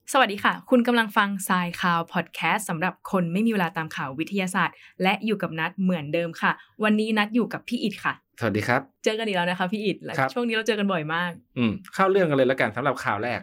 สวัสดีค่ะคุณกำลังฟังทรายข่าวพอดแคสต์สำหรับคนไม่มีเวลาตามข่าววิทยาศาสตร์และอยู่กับนัดเหมือนเดิมค่ะวันนี้นัดอยู่กับพี่อิฐค่ะสวัสดีครับเจอกันอีกแล้วนะคะพี่อิฐช่วงนี้เราเจอกันบ่อยมากเข้าเรื่องกันเลยแล้วกันสำหรับข่าวแรก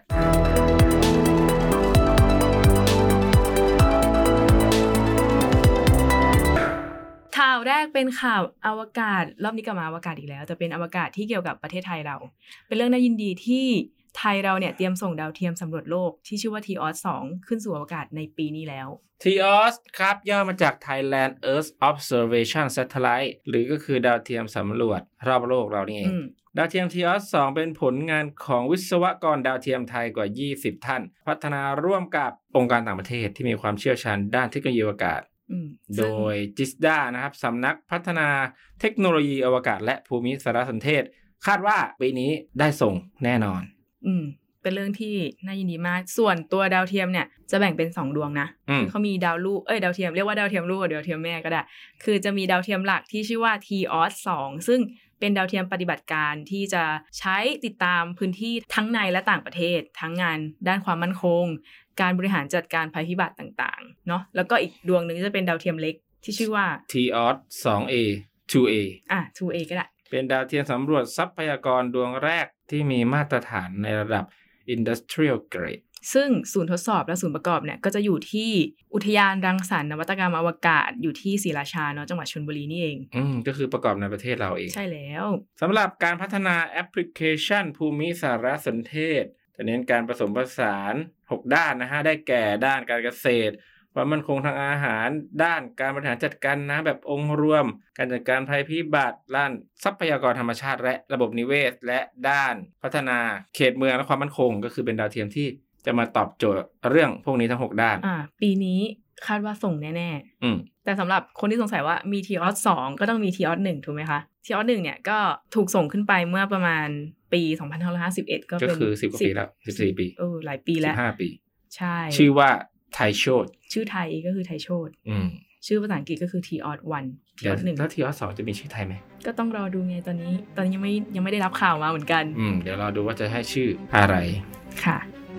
ข่าวแรกเป็นข่าวอวกาศรอบนี้กลับมาอวกาศอีกแล้วแต่เป็นอวกาศที่เกี่ยวกับประเทศไทยเราเป็นเรื่องน่ายินดีที่ไทยเราเนี่ยเตรียมส่งดาวเทียมสำรวจโลกที่ชื่อว่า TEOS 2 ขึ้นสู่อวกาศในปีนี้แล้ว TEOS ครับย่อมาจาก Thailand Earth Observation Satellite หรือก็คือดาวเทียมสำรวจรอบโลกเรานี่เองดาวเทียม TEOS 2 เป็นผลงานของวิศวกรดาวเทียมไทยกว่า20ท่านพัฒนาร่วมกับองค์การต่างประเทศที่มีความเชี่ยวชาญด้านเทคโนโลยีอวกาศโดย JISDA นะครับสำนักพัฒนาเทคโนโลยีอวกาศและภูมิสารสนเทศคาดว่าปีนี้ได้ส่งแน่นอนเป็นเรื่องที่น่ายินดีมากส่วนตัวดาวเทียมเนี่ยจะแบ่งเป็น2ดวงนะคือเขามีดาวลูกดาวเทียมเรียกว่าดาวเทียมลูกกับดาวเทียมแม่ก็ได้คือจะมีดาวเทียมหลักที่ชื่อว่า TEOS 2 ซึ่งเป็นดาวเทียมปฏิบัติการที่จะใช้ติดตามพื้นที่ทั้งในและต่างประเทศทั้งงานด้านความมั่นคงการบริหารจัดการภัยพิบัติต่างๆเนาะแล้วก็อีกดวงนึงจะเป็นดาวเทียมเล็กที่ชื่อว่า TEOS 2A 2A 2A ก็ได้เป็นดาวเทียมสำรวจทรัพยากรดวงแรกที่มีมาตรฐานในระดับIndustrial Grade ซึ่งศูนย์ทดสอบและศูนย์ประกอบเนี่ยก็จะอยู่ที่อุทยานรังสรรค์นวัตกรรมอวกาศอยู่ที่ศรีราชาเนาะจังหวัดชลบุรีนี่เองก็คือประกอบในประเทศเราเองใช่แล้วสำหรับการพัฒนาแอปพลิเคชันภูมิสารสนเทศจะเน้นการผสมผสาน6ด้านนะฮะได้แก่ด้านการเกษตรความมั่นคงทางอาหารด้านการบริหารจัดการน้ำแบบองค์รวมการจัดการภัยพิบัติด้านทรัพยากรธรรมชาติและระบบนิเวศและด้านพัฒนาเขตเมืองและความมั่นคงก็คือเป็นดาวเทียมที่จะมาตอบโจทย์เรื่องพวกนี้ทั้ง6ด้านปีนี้คาดว่าส่งแน่ๆแต่สำหรับคนที่สงสัยว่ามี TEOS 2 ก็ต้องมี TEOS 1 ถูกไหมคะ TEOS 1 เนี่ยก็ถูกส่งขึ้นไปเมื่อประมาณปี2551ก็คือ10กว่าปีแล้ว14ปีหลายปีแล้ว 15ปีใช่ชื่อว่าไทยโชติชื่อไทยก็คือไทยโชติชื่อภาษาอังกฤษก็คือ TEOS 1 TEOS 1 แล้ว TEOS 2 จะมีชื่อไทยไหมก็ต้องรอดูไงตอนนี้ยังไม่ได้รับข่าวมาเหมือนกันเดี๋ยวรอดูว่าจะให้ชื่ออะไรค่ะ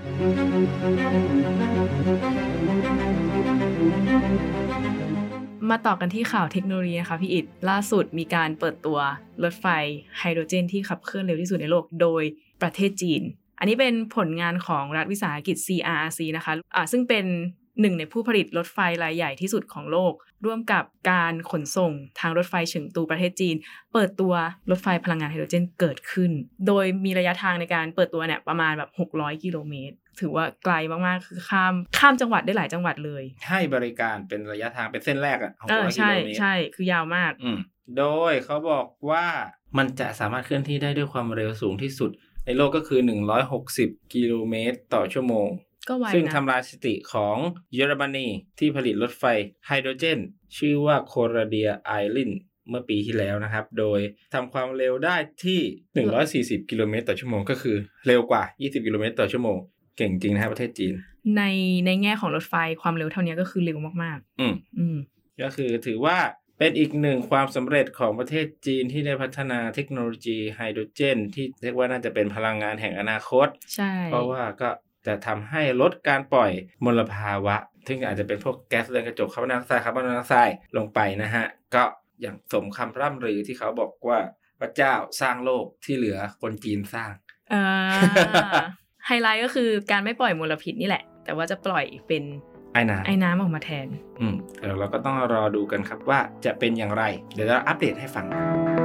มาต่อกันที่ข่าวเทคโนโลยีนะคะพี่อิฐล่าสุดมีการเปิดตัวรถไฟไฮโดรเจนที่ขับเคลื่อนเร็วที่สุดในโลกโดยประเทศจีนอันนี้เป็นผลงานของรัฐวิสาหกิจ CRRC นะคะซึ่งเป็นหนึ่งในผู้ผลิตรถไฟรายใหญ่ที่สุดของโลกร่วมกับการขนส่งทางรถไฟเฉิงตูประเทศจีนเปิดตัวรถไฟพลังงานไฮโดรเจนเกิดขึ้นโดยมีระยะทางในการเปิดตัวเนี่ยประมาณแบบ600กิโลเมตรถือว่าไกลมากๆคือข้ามจังหวัดได้หลายจังหวัดเลยให้บริการเป็นระยะทางเป็นเส้นแรก600กิโลเมตรใช่คือยาวมากโดยเขาบอกว่ามันจะสามารถเคลื่อนที่ได้ด้วยความเร็วสูงที่สุดในโลกก็คือ160กิโลเมตรต่อชั่วโมงซึ่งทำลายสถิติของเยอรมนีที่ผลิตรถไฟไฮโดรเจนชื่อว่าโคราเดียไอลินเมื่อปีที่แล้วนะครับโดยทำความเร็วได้ที่140กิโลเมตรต่อชั่วโมงก็คือเร็วกว่า20กิโลเมตรต่อชั่วโมงเก่งจริงนะครับประเทศจีนในแง่ของรถไฟความเร็วเท่านี้ก็คือเร็วมากๆก็คือถือว่าเป็นอีกหนึ่งความสำเร็จของประเทศจีนที่ได้พัฒนาเทคโนโลยีไฮโดรเจนที่เรียกว่าน่าจะเป็นพลังงานแห่งอนาคตใช่เพราะว่าก็จะทำให้ลดการปล่อยมลภาวะซึ่งอาจจะเป็นพวกแก๊สเรือนกระจกคาร์บอนไดออกไซด์ลงไปนะฮะก็อย่างสมคำร่ำลือที่เขาบอกว่าพระเจ้าสร้างโลกที่เหลือคนจีนสร้างไฮไลท์ก็คือการไม่ปล่อยมลพิษนี่แหละแต่ว่าจะปล่อยเป็นไอ้น้ำออกมาแทนแล้วเราก็ต้องรอดูกันครับว่าจะเป็นอย่างไรเดี๋ยวเราอัปเดตให้ฟัง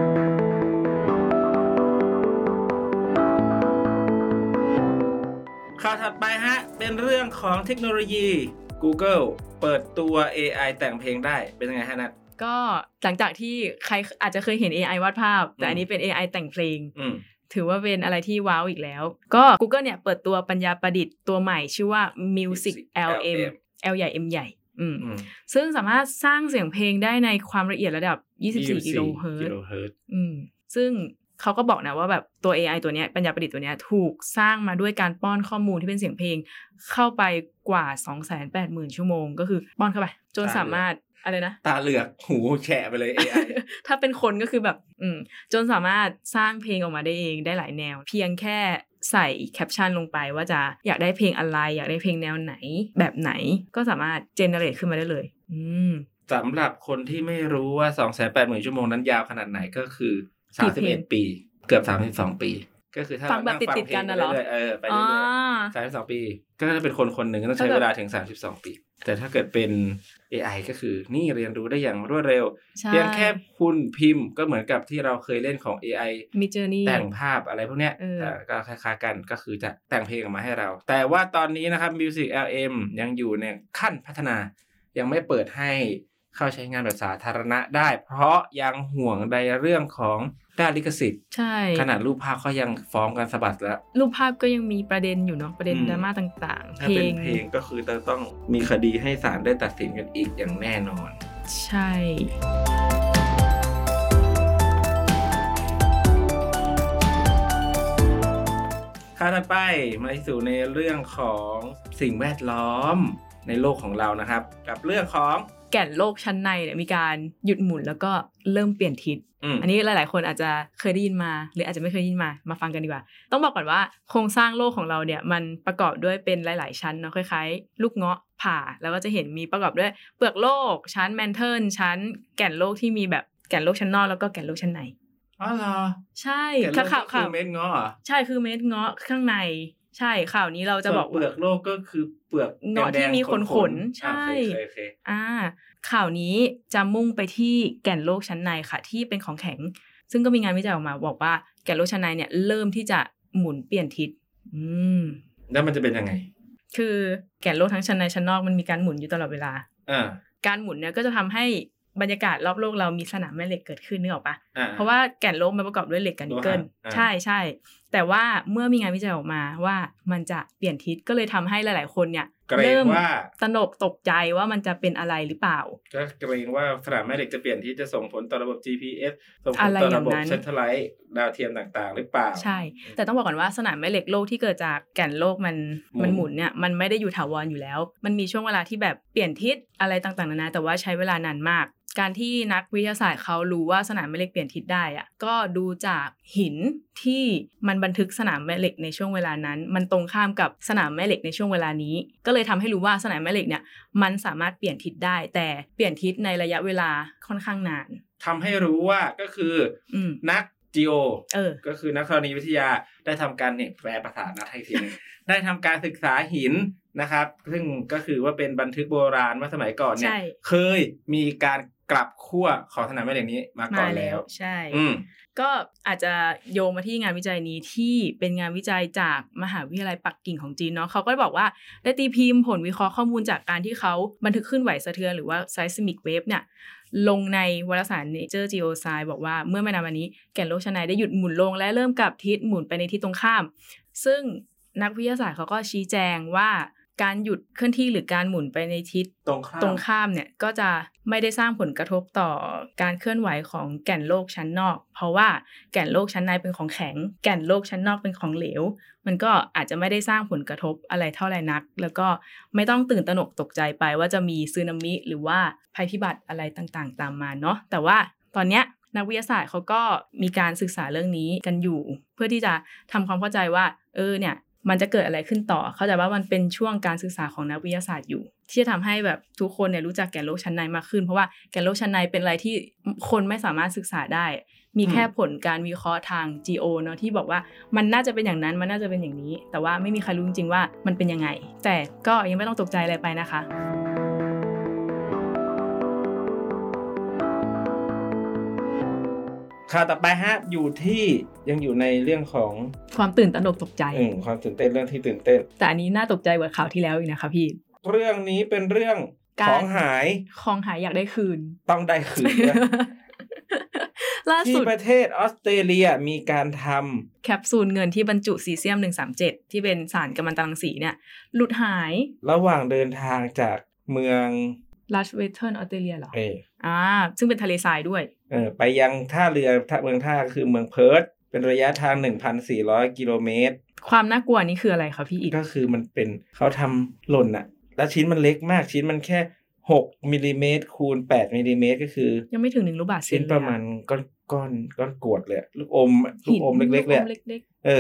ข่าวถัดไปฮะเป็นเรื่องของเทคโนโลยี Google เปิดตัว AI แต่งเพลงได้เป็นยังไงฮะนัทก็หลังจากที่ใครอาจจะเคยเห็น AI วาดภาพแต่อันนี้เป็น AI แต่งเพลงถือว่าเป็นอะไรที่ว้าวอีกแล้วก็ Google เนี่ยเปิดตัวปัญญาประดิษฐ์ตัวใหม่ชื่อว่า Music LM L ใหญ่ M ใหญ่ซึ่งสามารถสร้างเสียงเพลงได้ในความละเอียดระดับ24กิโลเฮิรตซ์ซึ่งเขาก็บอกนะว่าแบบตัว AI ตัวเนี้ยปัญญาประดิษฐ์ตัวเนี้ยถูกสร้างมาด้วยการป้อนข้อมูลที่เป็นเสียงเพลงเข้าไปกว่า 280,000 ชั่วโมงก็คือป้อนเข้าไปจนสามารถอะไรนะตาเหลือกหูแฉะไปเลย AI ถ้าเป็นคนก็คือแบบจนสามารถสร้างเพลงออกมาได้เองได้หลายแนวเพียงแค่ใส่แคปชั่นลงไปว่าจะอยากได้เพลงอะไรอยากได้เพลงแนวไหนแบบไหนก็สามารถเจเนเรตขึ้นมาได้เลยสำหรับคนที่ไม่รู้ว่า 280,000 ชั่วโมงนั้นยาวขนาดไหนก็คือ31ปีเกือบ32ปีก็คือถ้าฟังแบบติดๆกันน่ะเหรอไปเรื่อยๆ32ปีก็จะเป็นคนๆนึงต้องใช้เวลาถึง32ปีแต่ถ้าเกิดเป็น AI ก็คือนี่เรียนรู้ได้อย่างรวดเร็วเพียงแค่คุณพิมพ์ก็เหมือนกับที่เราเคยเล่นของ AI Midjourney แต่งภาพอะไรพวกเนี้ยก็คล้ายๆกันก็คือจะแต่งเพลงออกมาให้เราแต่ว่าตอนนี้นะครับ Music LM ยังอยู่ในขั้นพัฒนายังไม่เปิดให้เข้าใช้งานแบบสาธารณะได้เพราะยังห่วงในเรื่องของด้านลิขสิทธิ์ใช่ขนาดรูปภาพเขายังฟ้องกันสะบัดแล้วรูปภาพก็ยังมีประเด็นอยู่เนาะประเด็นดราม่าต่างๆถ้าเป็นเพลงก็คือต้องมีคดีให้ศาลได้ตัดสินกันอีกอย่างแน่นอนใช่ข้าถัดไปมาสู่ในเรื่องของสิ่งแวดล้อมในโลกของเรานะครับกับเรื่องของแก่นโลกชั้นในเนี่ยมีการหยุดหมุนแล้วก็เริ่มเปลี่ยนทิศอันนี้หลายๆคนอาจจะเคยได้ยินมาหรืออาจจะไม่เคยได้ยินมาฟังกันดีกว่าต้องบอกก่อนว่าโครงสร้างโลกของเราเนี่ยมันประกอบด้วยเป็นหลายๆชั้นเนาะคล้ายๆลูกเงาะผ่าแล้วก็จะเห็นมีประกอบด้วยเปลือกโลกชั้นแมนเทิลชั้นแก่นโลกที่มีแบบแก่นโลกชั้นนอกแล้วก็แก่นโลกชั้นในอ๋อเหรอใช่ข่าวคือเม็ดเงาะเหรอใช่คือเม็ดเงาะข้างในใช่ข่าวนี้เราจะบอกเปลือกโลกก็คือเปลือกเงาะที่มีขนใช่ข่าวนี้จะมุ่งไปที่แก่นโลกชั้นในค่ะที่เป็นของแข็งซึ่งก็มีงานวิจัยออกมาบอกว่าแก่นโลกชั้นในเนี่ยเริ่มที่จะหมุนเปลี่ยนทิศแล้วมันจะเป็นยังไงคือแก่นโลกทั้งชั้นในชั้นนอกมันมีการหมุนอยู่ตลอดเวลาการหมุนเนี่ยก็จะทำให้บรรยากาศรอบโลกเรามีสนามแม่เหล็กเกิดขึ้นนึกออกปะเพราะว่าแก่นโลกมันประกอบด้วยเหล็กกับนิกเกิลใช่แต่ว่าเมื่อมีงานวิจัยออกมาว่ามันจะเปลี่ยนทิศก็เลยทำให้หลายๆคนเนี่ยเริ่มตระหนกตกใจว่ามันจะเป็นอะไรหรือเปล่าก็เกรงว่าสนามแม่เหล็กจะเปลี่ยนทิศจะส่งผลต่อระบบ GPS ส่งผลต่อระบบ Satellite ดาวเทียมต่างๆหรือเปล่าใช่แต่ต้องบอกก่อนว่าสนามแม่เหล็กโลกที่เกิดจากแก่นโลกมันหมุนเนี่ยมันไม่ได้อยู่ถาวรอยู่แล้วมันมีช่วงเวลาที่แบบเปลี่ยนทิศอะไรต่างๆนานาแต่ว่าใช้เวลานานมากการที่นักวิทยาศาสตร์เขารู้ว่าสนามแม่เหล็กเปลี่ยนทิศได้อะก็ดูจากหินที่มันบันทึกสนามแม่เหล็กในช่วงเวลานั้นมันตรงข้ามกับสนามแม่เหล็กในช่วงเวลานี้ก็เลยทำให้รู้ว่าสนามแม่เหล็กเนี่ยมันสามารถเปลี่ยนทิศได้แต่เปลี่ยนทิศในระยะเวลาค่อนข้างนานทำให้รู้ว่าก็คือนักจีโอก็คือนักธรณีวิทยาได้ทำการเนี่ยแปลภาษานักไทยทีนึงได้ทำการศึกษาหินนะครับซึ่งก็คือว่าเป็นบันทึกโบราณว่าสมัยก่อนเนี่ยเคยมีการกลับขั้วของสนามแม่เหล็กนี้มาก่อนแล้วใช่ก็อาจจะโยงมาที่งานวิจัยนี้ที่เป็นงานวิจัยจากมหาวิทยาลัยปักกิ่งของจีนเนาะเขาก็บอกว่าได้ตีพิมพ์ผลวิเคราะห์ข้อมูลจากการที่เขาบันทึกคลื่นไหวสะเทือนหรือว่า seismic wave เนี่ยลงในวารสาร Nature Geoscience บอกว่าเมื่อไม่นานมานี้แก่นโลกชั้นในได้หยุดหมุนลงและเริ่มกลับทิศหมุนไปในทิศตรงข้ามซึ่งนักวิทยาศาสตร์เขาก็ชี้แจงว่าการหยุดเคลื่อนที่หรือการหมุนไปในทิศตรงข้ามเนี่ยก็จะไม่ได้สร้างผลกระทบต่อการเคลื่อนไหวของแก่นโลกชั้นนอกเพราะว่าแก่นโลกชั้นในเป็นของแข็งแก่นโลกชั้นนอกเป็นของเหลวมันก็อาจจะไม่ได้สร้างผลกระทบอะไรเท่าไหร่นักแล้วก็ไม่ต้องตื่นตระหนกตกใจไปว่าจะมีสึนามิหรือว่าภัยพิบัติอะไรต่างๆตามมาเนาะแต่ว่าตอนเนี้ยนักวิทยาศาสตร์เขาก็มีการศึกษาเรื่องนี้กันอยู่เพื่อที่จะทำความเข้าใจว่าเนี่ยมันจะเกิดอะไรขึ้นต่อเข้าใจว่ามันเป็นช่วงการศึกษาของนักวิทยาศาสตร์อยู่ที่จะทำให้แบบทุกคนเนี่ยรู้จักแก่นโลกชั้นในมากขึ้นเพราะว่าแก่นโลกชั้นในเป็นอะไรที่คนไม่สามารถศึกษาได้มีแค่ผลการวิเคราะห์ทาง GEO เนาะที่บอกว่ามันน่าจะเป็นอย่างนั้นมันน่าจะเป็นอย่างนี้แต่ว่าไม่มีใครรู้จริงๆว่ามันเป็นยังไงแต่ก็ยังไม่ต้องตกใจอะไรไปนะคะข่าวต่อไปฮะยังอยู่ในเรื่องของความตื่นตระหนกตกใจความตื่นเต้นเรื่องที่ตื่นเต้นแต่อันนี้น่าตกใจกว่าข่าวที่แล้วอีกนะคะพี่เรื่องนี้เป็นเรื่องของหายอยากได้คืนต้องได้คืน ล่าสุดที่ประเทศออสเตรเลียมีการทำแคปซูลเงินที่บรรจุซีเซียม137ที่เป็นสารกัมมันตรังสีเนี่ยหลุดหายระหว่างเดินทางจากเมืองลัชเวสเทิร์นออสเตรเลียเหรอซึ่งเป็นทะเลทรายด้วยไปยังท่าเรือเมืองท่าคือเมืองเพิร์ธเป็นระยะทาง 1,400 กิโลเมตรความน่ากลัวนี่คืออะไรคะพี่อีกก็คือมันเป็นเขาทำหล่นอะแล้วชิ้นมันเล็กมากชิ้นมันแค่6มิลลิเมตรคูณ8มิลลิเมตรก็คือยังไม่ถึง1ลูกบาศก์เซนชิ้นประมาณก้อนกรวดเลยลูกอมเล็กๆเลย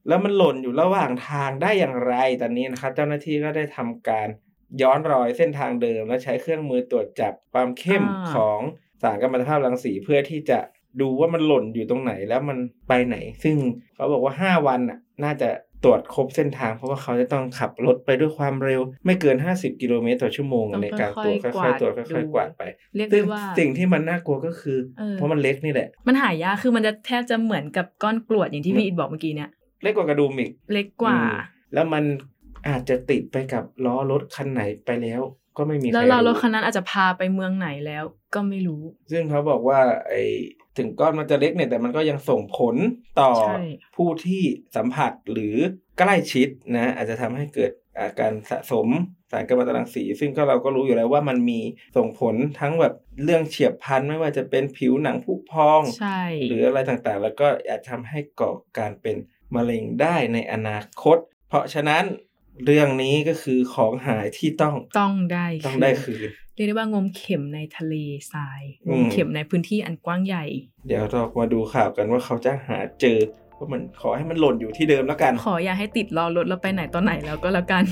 แล้วมันหล่นอยู่ระหว่างทางได้อย่างไรตอนนี้นะครับเจ้าหน้าที่ก็ได้ทำการย้อนรอยเส้นทางเดิมและใช้เครื่องมือตรวจจับความเข้มของสารกัมมันตภาพรังสีเพื่อที่จะดูว่ามันหล่นอยู่ตรงไหนแล้วมันไปไหนซึ่งเขาบอกว่า5 วันน่าจะตรวจครบเส้นทางเพราะว่าเขาจะต้องขับรถไปด้วยความเร็วไม่เกิน50 กิโลเมตรต่อชั่วโมงในการตรวจค่อยๆตรวจค่อยๆกวาดไปซึ่งสิ่งที่มันน่ากลัวก็คือเพราะมันเล็กนี่แหละมันหายากคือมันจะแทบจะเหมือนกับก้อนกรวดอย่างที่พี่อิฐบอกเมื่อกี้เนี่ยเล็กกว่ากระดุมอีกเล็กกว่าแล้วมันอาจจะติดไปกับล้อรถคันไหนไปแล้วก็ไม่มีใครรู้แล้วล้อรถคันนั้นอาจจะพาไปเมืองไหนแล้วก็ไม่รู้ซึ่งเขาบอกว่าถึงก้อนมันจะเล็กเนี่ยแต่มันก็ยังส่งผลต่อผู้ที่สัมผัสหรือใกล้ชิดนะอาจจะทำให้เกิดอาการสะสมสารกัมมันตรังสีซึ่งเราก็รู้อยู่แล้วว่ามันมีส่งผลทั้งแบบเรื่องเฉียบพลันไม่ว่าจะเป็นผิวหนังผุพองหรืออะไรต่างๆแล้วก็อาจทำให้ก่อการเป็นมะเร็งได้ในอนาคตเพราะฉะนั้นเรื่องนี้ก็คือของหายที่ต้องได้คืนเรียกได้ว่างมเข็มในทะเลทรายงมเข็มในพื้นที่อันกว้างใหญ่เดี๋ยวเรามาดูข่าวกันว่าเขาจะหาเจอว่ามันขอให้มันหล่นอยู่ที่เดิมแล้วกันขออย่าให้ติดล้อรถแล้วไปไหนตอนไหนแล้วก็แล้วกัน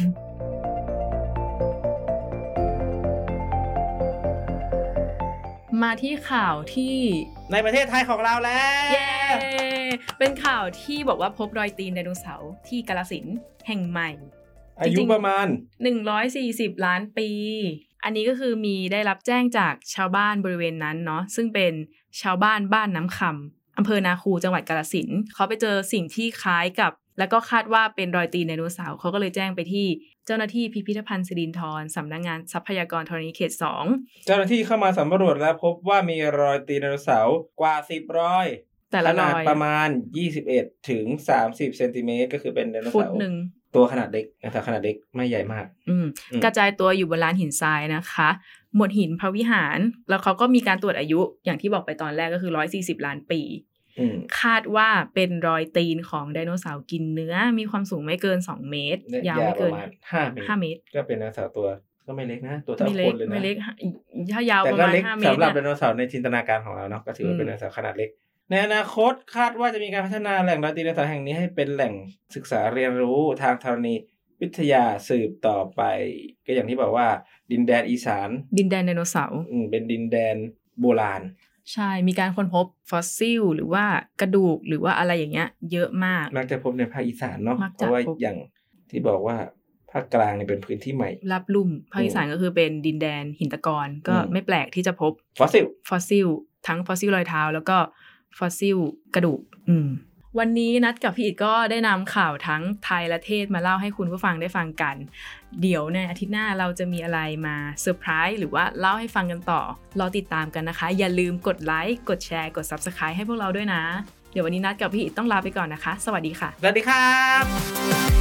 มาที่ข่าวที่ในประเทศไทยของเราแล้วเย้เป็นข่าวที่บอกว่าพบรอยตีนไดโนเสาร์ที่กาฬสินธุ์แห่งใหม่อายุประมาณ 140 ล้านปีอันนี้ก็คือมีได้รับแจ้งจากชาวบ้านบริเวณนั้นเนาะซึ่งเป็นชาวบ้านบ้านน้ำคำอำเภอนาคูจังหวัดกาฬสินธุ์เขาไปเจอสิ่งที่คล้ายกับแล้วก็คาดว่าเป็นรอยตีนไดโนเสาร์เขาก็เลยแจ้งไปที่เจ้าหน้าที่พิพิธภัณฑ์สิรินธรสำนักงานทรัพยากรธรณีเขต2 เจ้าหน้าที่เข้ามาสำรวจและพบว่ามีรอยตีนไดโนเสาร์กว่า10 รอยแต่ละรอยประมาณ21 ถึง 30 เซนติเมตรก็คือเป็นไดโนเสาร์ฟุตตัวขนาดเล็กแต่ขนาดเล็กไม่ใหญ่มากกระจายตัวอยู่บนลานหินทรายนะคะหมวดหินพระวิหารแล้วเขาก็มีการตรวจอายุอย่างที่บอกไปตอนแรกก็คือ140 ล้านปีคาดว่าเป็นรอยตีนของไดโนเสาร์กินเนื้อมีความสูงไม่เกิน2 เมตรยาวไม่เกิน5 เมตรก็เป็นไดโนเสาร์ตัวก็ไม่เล็กนะตัวเท่าคนเลยนะไม่เล็กถ้ายาวประมาณ5 เมตรสำหรับไดโนเสาร์ในจินตนาการของเราเนาะก็ถือว่าเป็นไดโนเสาร์ขนาดเล็กในอนาคตคาดว่าจะมีการพัฒนาแหล่งรอยตีนไดโนเสาร์แห่งนี้ให้เป็นแหล่งศึกษาเรียนรู้ทางธรณีวิทยาสืบต่อไปก็อย่างที่บอกว่าดินแดนอีสานดินแดนไดโนเสาร์เป็นดินแดนโบราณใช่มีการค้นพบฟอสซิลหรือว่ากระดูกหรือว่าอะไรอย่างเงี้ยเยอะมากมักจะพบในภาคอีสานเนาะเพราะว่าอย่างที่บอกว่าภาคกลางเนี่ยเป็นพื้นที่ใหม่รับลุ่มภาคอีสานก็คือเป็นดินแดนหินตะกอนก็ไม่แปลกที่จะพบฟอสซิลทั้งฟอสซิลรอยเท้าแล้วก็ฟอสซิลกระดูกวันนี้นัดกับพี่อิฐก็ได้นำข่าวทั้งไทยและเทศมาเล่าให้คุณผู้ฟังได้ฟังกันเดี๋ยวในอาทิตย์หน้าเราจะมีอะไรมาเซอร์ไพรส์หรือว่าเล่าให้ฟังกันต่อรอติดตามกันนะคะอย่าลืมกดไลค์กดแชร์กด Subscribe ให้พวกเราด้วยนะเดี๋ยววันนี้นัดกับพี่อิฐต้องลาไปก่อนนะคะสวัสดีค่ะสวัสดีครับ